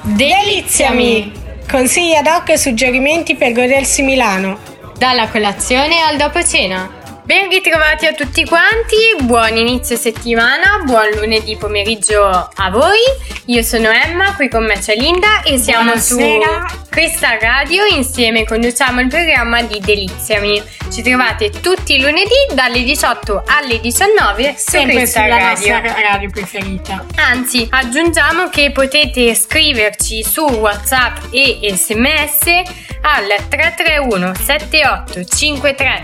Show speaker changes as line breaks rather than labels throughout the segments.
Deliziami! Consigli ad hoc e suggerimenti per godersi Milano.
Dalla colazione al dopo cena. Ben ritrovati a tutti quanti, buon inizio settimana, buon lunedì pomeriggio a voi. Io sono Emma, qui con me c'è Linda e siamo
Buonasera.
su Crystal Radio, insieme conduciamo il programma di Deliziami. Ci trovate tutti i lunedì dalle 18 alle 19 su
Sempre
Crystal
sulla
Radio.
nostra radio preferita.
Anzi, aggiungiamo che potete scriverci su WhatsApp e SMS al 331 78 53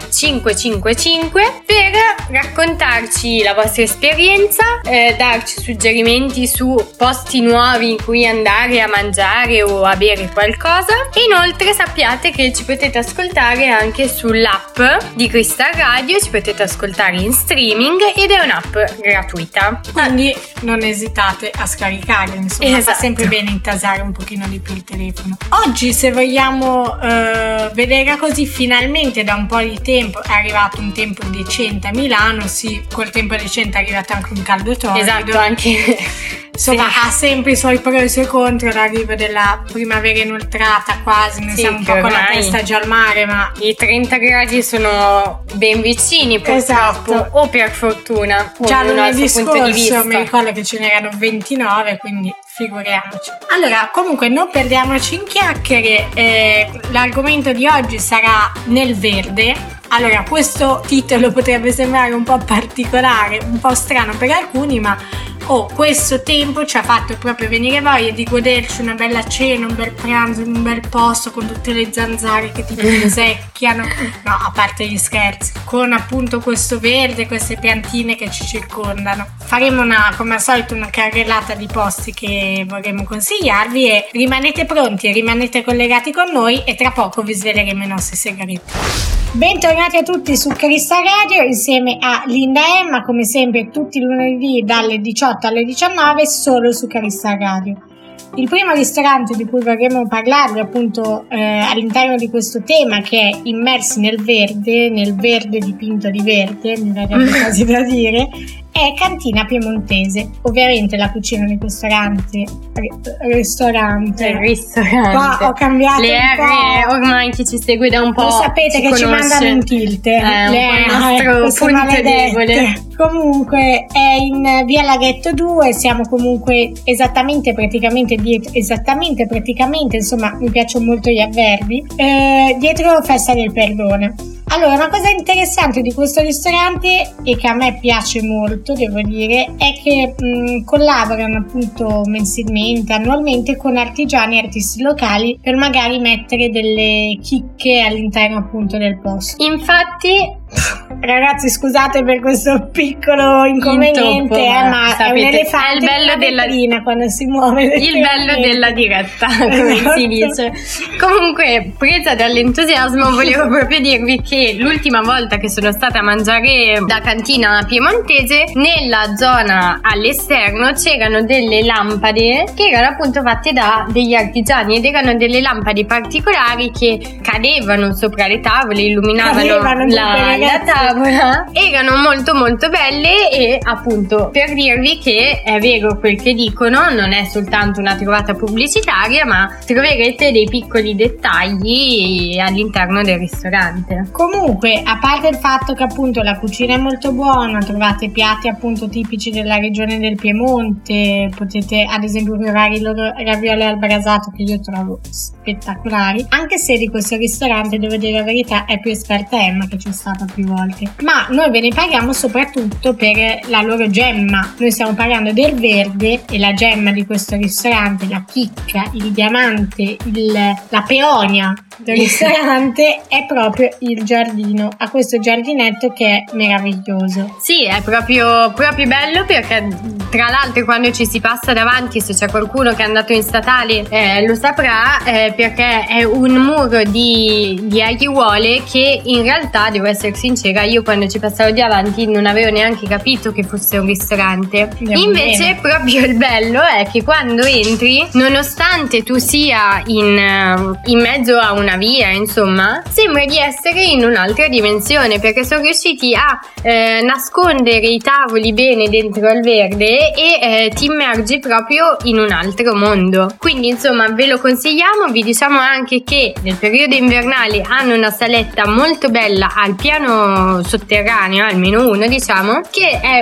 555 per raccontarci la vostra esperienza, darci suggerimenti su posti nuovi in cui andare a mangiare o a bere qualcosa. Inoltre sappiate che ci potete ascoltare anche sull'app di Crystal Radio, ci potete ascoltare in streaming ed è un'app gratuita.
Quindi non esitate a scaricarla, insomma, fa
Esatto.
sempre bene intasare un pochino di più il telefono. Oggi, se vogliamo vedere così, finalmente da un po' di tempo è arrivato un tempo decente a Milano. Sì, col tempo decente è arrivato anche un caldo torrido.
Esatto, anche
Insomma,
sì.
ha sempre i suoi pro e i suoi contro l'arrivo della primavera inoltrata quasi, noi
Sì,
siamo un
che
po' con la
ormai
testa già al mare, ma
i 30 gradi sono ben vicini purtroppo,
Esatto.
o per fortuna,
già
ognuno ha il
lunedì
suo punto di vista.
scorso mi ricordo che ce n'erano 29, quindi figuriamoci. Allora, comunque non perdiamoci in chiacchiere, l'argomento di oggi sarà nel verde. Allora, questo titolo potrebbe sembrare un po' particolare, un po' strano per alcuni, ma questo tempo ci ha fatto proprio venire voglia di goderci una bella cena, un bel pranzo in un bel posto con tutte le zanzare che ti pizzecchiano. No, a parte gli scherzi, con appunto questo verde, queste piantine che ci circondano. Faremo come al solito una carrellata di posti che vorremmo consigliarvi e rimanete pronti, rimanete collegati con noi e tra poco vi sveleremo i nostri segreti. Bentornati a tutti su Crystal Radio insieme a Linda e Emma, come sempre tutti i lunedì dalle 18 alle 19 solo su Crystal Radio. Il primo ristorante di cui vorremmo parlarvi appunto all'interno di questo tema, che è immersi nel verde dipinto di verde, mi verrebbe quasi da dire, è Cantina Piemontese. Ovviamente la cucina di questo ristorante. Qua ho cambiato
le
un
R,
po'.
ormai chi ci segue da un po'.
Lo sapete che ci
conosce.
mandano in tilt.
È un po' il nostro
queste
punto
maledette.
debole.
Comunque è in via Laghetto 2, siamo comunque esattamente dietro, insomma mi piacciono molto gli avverbi, dietro Festa del Perdone. Allora, una cosa interessante di questo ristorante e che a me piace molto, devo dire, è che collaborano appunto mensilmente, annualmente con artigiani e artisti locali per magari mettere delle chicche all'interno appunto del posto.
Infatti,
Ragazzi, scusate per questo piccolo inconveniente,
Intoppo,
ma
sapete,
è un elefante
è il bello
in una vetrina quando si muove.
il bello della diretta, come
Esatto.
si dice. Comunque, presa dall'entusiasmo, volevo proprio dirvi che l'ultima volta che sono stata a mangiare da Cantina Piemontese, nella zona all'esterno c'erano delle lampade che erano appunto fatte da degli artigiani ed erano delle lampade particolari che cadevano sopra le tavole, illuminavano la tavola, erano molto molto belle. E appunto, per dirvi che è vero quel che dicono, non è soltanto una trovata pubblicitaria, ma troverete dei piccoli dettagli all'interno del ristorante.
Comunque, a parte il fatto che appunto la cucina è molto buona, trovate piatti appunto tipici della regione del Piemonte, potete ad esempio provare i loro ravioli al brasato che io trovo spettacolari, anche se di questo ristorante, devo dire la verità, è più esperta Emma, che c'è stata più volte, ma noi ve ne parliamo soprattutto per la loro gemma. Noi stiamo parlando del verde e la gemma di questo ristorante, la chicca, il diamante, la peonia del ristorante è proprio il giardino. Ha questo giardinetto che è meraviglioso.
Sì, è proprio bello, perché tra l'altro quando ci si passa davanti, se c'è qualcuno che è andato in statale lo saprà, perché è un muro di aiuole che in realtà, devo essere sincera, io quando ci passavo davanti non avevo neanche capito che fosse un ristorante. Invece proprio il bello è che quando entri, nonostante tu sia in mezzo a un una via, insomma, sembra di essere in un'altra dimensione, perché sono riusciti a nascondere i tavoli bene dentro al verde e ti immergi proprio in un altro mondo. Quindi insomma ve lo consigliamo. Vi diciamo anche che nel periodo invernale hanno una saletta molto bella al piano sotterraneo, almeno uno diciamo, che è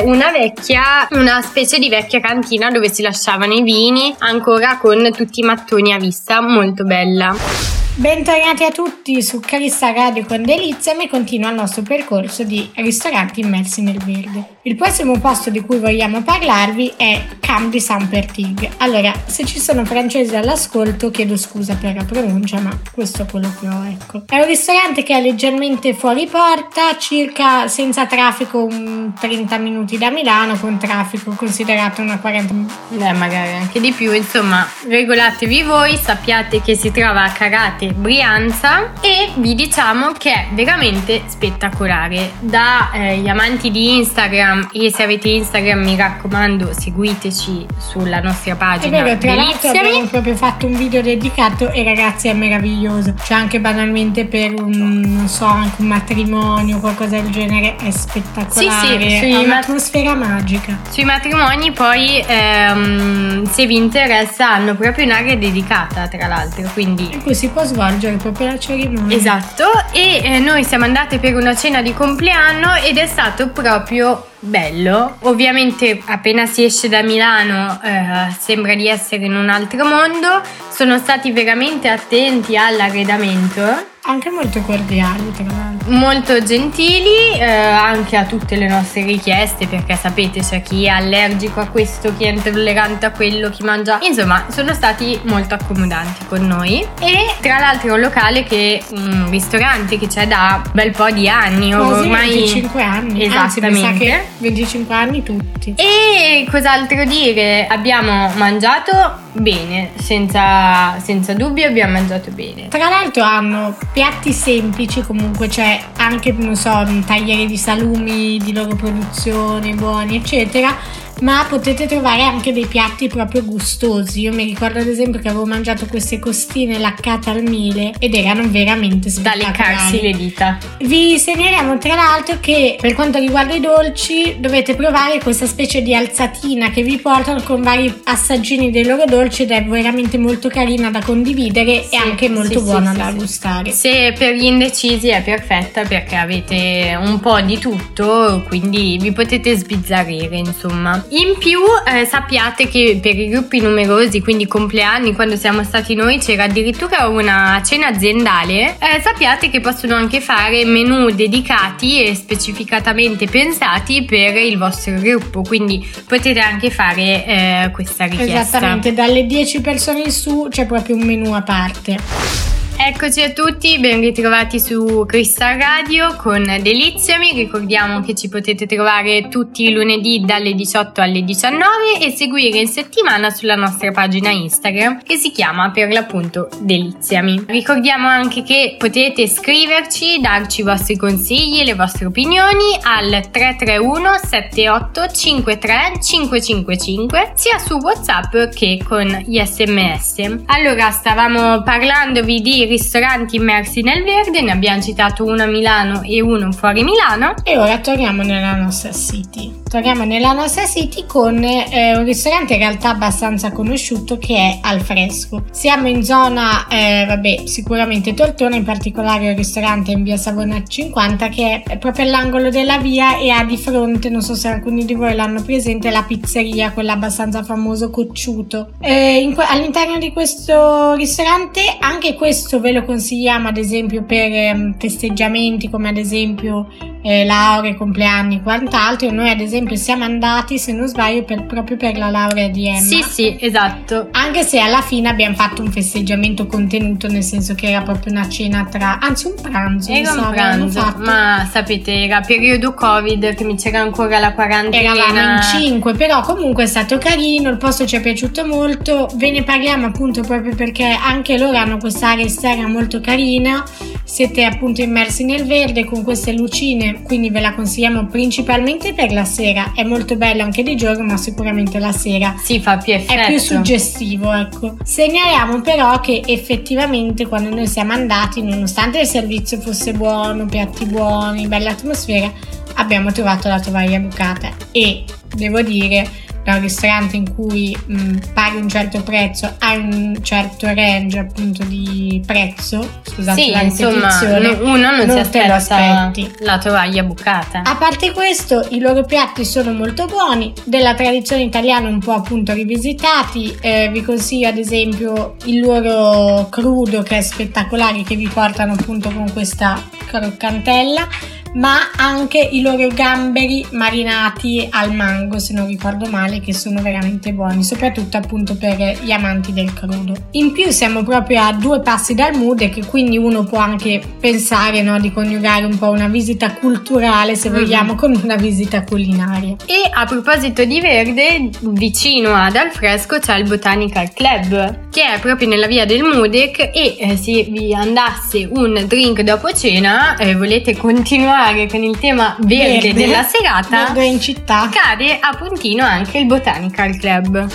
una specie di vecchia cantina dove si lasciavano i vini, ancora con tutti i mattoni a vista, molto bella.
Bentornati a tutti su Crista Radio con Deliziami. Continua il nostro percorso di ristoranti immersi nel verde. Il prossimo posto di cui vogliamo parlarvi è Camp di Saint-Pertig. Allora, se ci sono francesi all'ascolto, chiedo scusa per la pronuncia, ma questo è quello che ho, ecco. È un ristorante che è leggermente fuori porta, circa senza traffico 30 minuti da Milano, con traffico considerato una 40 minuti.
Magari anche di più, insomma, regolatevi voi, sappiate che si trova a Carate, Brianza, e vi diciamo che è veramente spettacolare. Da gli amanti di Instagram, e se avete Instagram mi raccomando seguiteci sulla nostra pagina.
È vero, tra l'altro abbiamo proprio fatto un video dedicato e ragazzi è meraviglioso, cioè anche banalmente per anche un matrimonio, qualcosa del genere, è spettacolare.
Sì,
è un'atmosfera magica. Sui
matrimoni poi se vi interessa hanno proprio un'area dedicata, tra l'altro, quindi
in cui si può svolgere proprio la cerimonia.
Esatto. E noi siamo andate per una cena di compleanno ed è stato proprio bello. Ovviamente appena si esce da Milano sembra di essere in un altro mondo. Sono stati veramente attenti all'arredamento,
anche molto cordiali, tra l'altro,
molto gentili anche a tutte le nostre richieste, perché sapete c'è chi è allergico a questo, chi è intollerante a quello, chi mangia, insomma sono stati molto accomodanti con noi. E tra l'altro è un locale un ristorante che c'è da un bel po' di anni,
quasi
ormai
25 anni,
esattamente.
Anzi, mi sa che 25 anni tutti.
E cos'altro dire? Abbiamo mangiato bene, senza dubbio abbiamo mangiato bene.
Tra l'altro hanno piatti semplici, comunque c'è anche, taglieri di salumi di loro produzione, buoni eccetera, ma potete trovare anche dei piatti proprio gustosi. Io mi ricordo ad esempio che avevo mangiato queste costine laccate al miele ed erano veramente spettacolari,
da leccarsi le dita.
Vi segnaliamo tra l'altro che per quanto riguarda i dolci dovete provare questa specie di alzatina che vi portano con vari assaggini dei loro dolci ed è veramente molto carina da condividere e anche molto buona da gustare.
Se per gli indecisi è perfetta perché avete un po' di tutto, quindi vi potete sbizzarrire, insomma. In più sappiate che per i gruppi numerosi, quindi compleanni, quando siamo stati noi c'era addirittura una cena aziendale, sappiate che possono anche fare menù dedicati e specificatamente pensati per il vostro gruppo, quindi potete anche fare questa richiesta.
Esattamente, dalle 10 persone in su c'è proprio un menù a parte.
Eccoci a tutti, ben ritrovati su Crystal Radio con Deliziami. Ricordiamo che ci potete trovare tutti i lunedì dalle 18 alle 19 e seguire in settimana sulla nostra pagina Instagram che si chiama per l'appunto Deliziami. Ricordiamo anche che potete scriverci, darci i vostri consigli e le vostre opinioni al 331 78 53 555 sia su WhatsApp che con gli SMS. Allora, stavamo parlandovi di ristoranti immersi nel verde, ne abbiamo citato uno a Milano e uno fuori Milano
e ora torniamo nella nostra city. Con un ristorante in realtà abbastanza conosciuto che è Al Fresco. Siamo in zona sicuramente Tortona, in particolare il ristorante è in via Savona 50 che è proprio all'angolo della via e ha di fronte, non so se alcuni di voi l'hanno presente, la pizzeria, quella abbastanza famoso Cocciuto. All'interno di questo ristorante, anche questo ve lo consigliamo ad esempio per festeggiamenti come ad esempio lauree, compleanni, quant'altro. Noi ad esempio siamo andati, se non sbaglio, proprio per la laurea di Emma.
Sì, esatto.
Anche se alla fine abbiamo fatto un festeggiamento contenuto, nel senso che era proprio una cena un pranzo.
Era un pranzo, ma sapete, era periodo Covid, che mi c'era ancora la quarantena.
Eravamo in 5, però comunque è stato carino, il posto ci è piaciuto molto. Ve ne parliamo appunto proprio perché anche loro hanno quest'area esterna molto carina siete appunto immersi nel verde con queste lucine, quindi ve la consigliamo principalmente per la sera. È molto bello anche di giorno, ma sicuramente la sera
si fa più effetto,
è più suggestivo, ecco. Segnaliamo però che effettivamente quando noi siamo andati, nonostante il servizio fosse buono, piatti buoni, bella atmosfera, abbiamo trovato la tovaglia bucata e devo dire, da un ristorante in cui paghi un certo prezzo, hai un certo range appunto di prezzo, scusate
sì,
la
insomma,
ripetizione,
uno non si
te lo
aspetta
aspetti.
La tovaglia bucata.
A parte questo, i loro piatti sono molto buoni, della tradizione italiana un po' appunto rivisitati. Vi consiglio ad esempio il loro crudo, che è spettacolare, che vi portano appunto con questa croccantella, ma anche i loro gamberi marinati al mango, se non ricordo male, che sono veramente buoni, soprattutto appunto per gli amanti del crudo. In più siamo proprio a 2 passi dal Mood, e che quindi uno può anche pensare, no, di coniugare un po' una visita culturale, se vogliamo, con una visita culinaria.
E a proposito di verde, vicino ad Alfresco c'è il Botanical Club, che è proprio nella via del Mudec, e se vi andasse un drink dopo cena, volete continuare con il tema verde della serata,
verde in città,
cade a puntino anche il Botanical Club.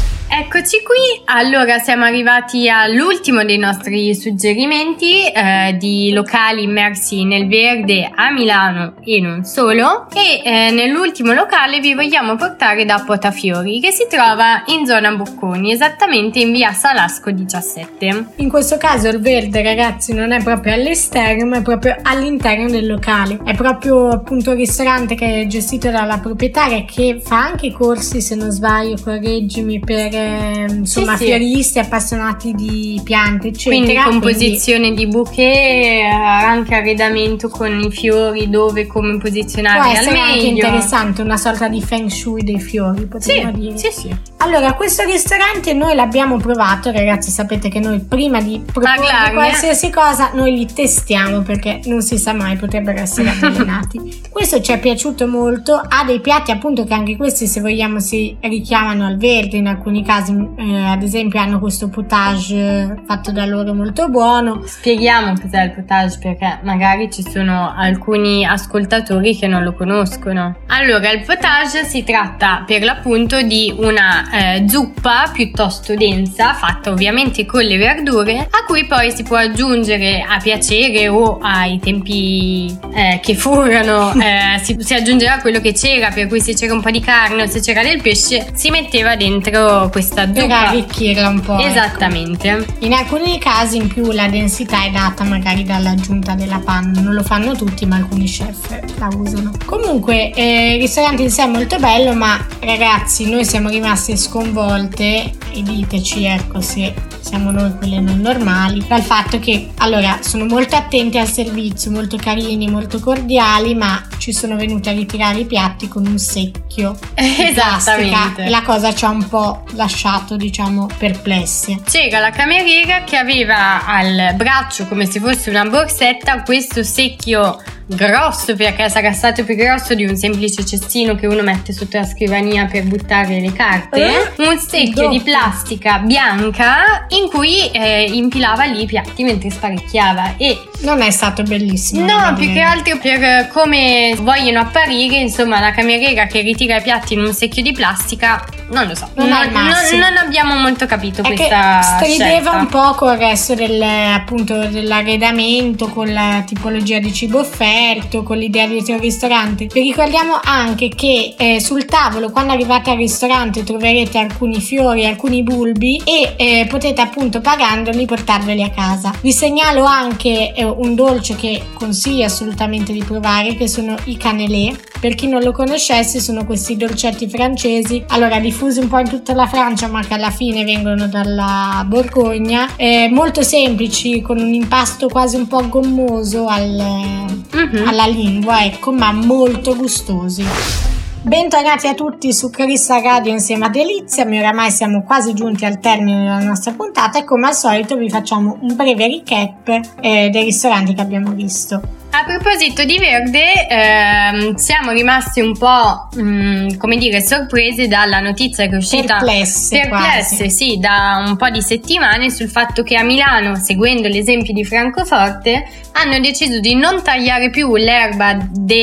Eccoci qui, allora siamo arrivati all'ultimo dei nostri suggerimenti di locali immersi nel verde a Milano e non solo, e nell'ultimo locale vi vogliamo portare da Potafiori, che si trova in zona Bocconi, esattamente in via Salasco 17.
In questo caso il verde, ragazzi, non è proprio all'esterno, ma è proprio all'interno del locale. È proprio appunto un ristorante che è gestito dalla proprietaria, che fa anche corsi, se non sbaglio, correggimi, per insomma
sì,
fioristi appassionati di piante, eccetera.
Quindi composizione di bouquet, anche arredamento con i fiori, dove, come posizionarli al meglio.
Può essere anche interessante, una sorta di feng shui dei fiori, potremmo dire.
Sì.
Allora, questo ristorante noi l'abbiamo provato, ragazzi. Sapete che noi prima di proporre qualsiasi cosa noi li testiamo, perché non si sa mai, potrebbero essere avvelenati. Questo ci è piaciuto molto, ha dei piatti appunto che anche questi, se vogliamo, si richiamano al verde in alcuni casi, ad esempio hanno questo potage fatto da loro molto buono.
Spieghiamo cos'è il potage, perché magari ci sono alcuni ascoltatori che non lo conoscono. Allora, il potage si tratta per l'appunto di una zuppa piuttosto densa, fatta ovviamente con le verdure, a cui poi si può aggiungere a piacere o ai tempi che furono si aggiungeva quello che c'era, per cui se c'era un po' di carne o se c'era del pesce si metteva dentro questa zuppa
per arricchirla un po'.
Esattamente.
Ecco. In alcuni casi in più la densità è data magari dall'aggiunta della panna, non lo fanno tutti, ma alcuni chef la usano. Comunque il ristorante in sé è molto bello, ma ragazzi, noi siamo rimasti sconvolte, e diteci, ecco, se siamo noi quelle non normali, dal fatto che allora sono molto attenti al servizio, molto carini, molto cordiali, ma ci sono venuti a ritirare i piatti con un secchio di plastica, e la cosa ci ha un po' lasciato, diciamo, perplessi.
C'era la cameriera che aveva al braccio, come se fosse una borsetta, questo secchio grosso, perché sarà stato più grosso di un semplice cestino che uno mette sotto la scrivania per buttare le carte, un secchio di plastica bianca in cui impilava lì i piatti mentre sparecchiava, e
non è stato bellissimo.
No, più che altro per come vogliono apparire, insomma, la cameriera che ritira i piatti in un secchio di plastica, non lo so, non abbiamo molto capito questa
strideva
scelta.
Un po' col resto dell'arredamento, con la tipologia di cibo offerto, con l'idea di un ristorante. Vi ricordiamo anche che sul tavolo, quando arrivate al ristorante, troverete alcuni fiori, alcuni bulbi, e potete appunto, pagandoli, portarveli a casa. Vi segnalo anche un dolce che consiglio assolutamente di provare, che sono i cannelé. Per chi non lo conoscesse, sono questi dolcetti francesi, allora diffusi un po' in tutta la Francia, ma che alla fine vengono dalla Borgogna, molto semplici, con un impasto quasi un po' gommoso alla lingua, ecco, ma molto gustosi. Bentornati a tutti su Crystal Radio insieme a Delizia. Oramai siamo quasi giunti al termine della nostra puntata e come al solito vi facciamo un breve recap dei ristoranti che abbiamo visto.
A proposito di Verde, siamo rimasti un po' sorpresi dalla notizia che è uscita
perplesse
sì, da un po' di settimane sul fatto che a Milano, seguendo l'esempio di Francoforte, hanno deciso di non tagliare più l'erba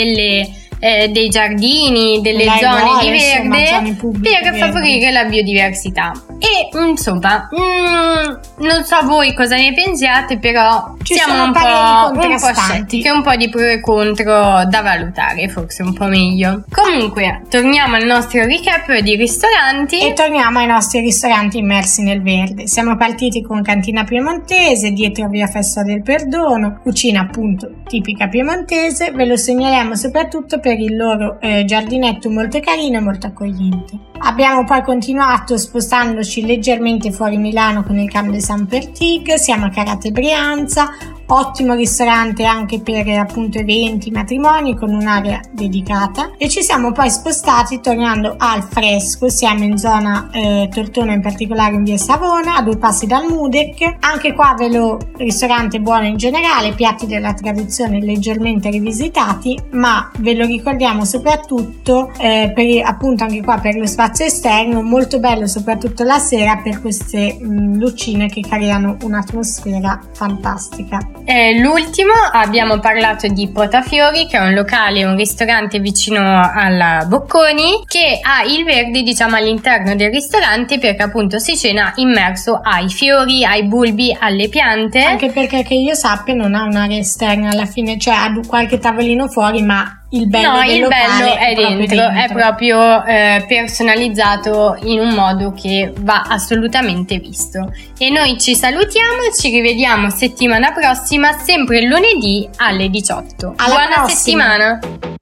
dei giardini, delle zone di verde per favorire la biodiversità. E insomma, non so voi cosa ne pensiate, però siamo un po' scettiche, un po' di pro e contro da valutare, forse un po' meglio. Comunque, torniamo al nostro recap di ristoranti
e torniamo ai nostri ristoranti immersi nel verde. Siamo partiti con Cantina Piemontese, dietro via Festa del Perdono, cucina appunto tipica piemontese. Ve lo segnaliamo soprattutto per il loro giardinetto molto carino e molto accogliente. Abbiamo poi continuato spostandoci leggermente fuori Milano con il Camp de Saint-Pertig, siamo a Carate Brianza, ottimo ristorante anche per appunto eventi, matrimoni con un'area dedicata, e ci siamo poi spostati tornando al fresco. Siamo in zona Tortona, in particolare in via Savona, a 2 passi dal Mudec. Anche qua ristorante buono in generale, piatti della tradizione leggermente rivisitati, ma ve lo ricordiamo soprattutto appunto anche qua per lo spazio esterno, molto bello soprattutto la sera per queste lucine che creano un'atmosfera fantastica.
L'ultimo abbiamo parlato di Potafiori, che è un locale, un ristorante vicino alla Bocconi, che ha il verde all'interno del ristorante, perché appunto si cena immerso ai fiori, ai bulbi, alle piante.
Anche perché che io sappia non ha un'area esterna alla fine, cioè ha qualche tavolino fuori, ma il bello
è dentro, è proprio personalizzato in un modo che va assolutamente visto. E noi ci salutiamo e ci rivediamo settimana prossima, sempre lunedì alle 18. Buona settimana!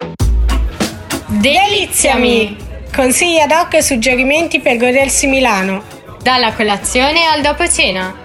Deliziami! Consigli ad hoc e suggerimenti per godersi Milano.
Dalla colazione al dopo cena.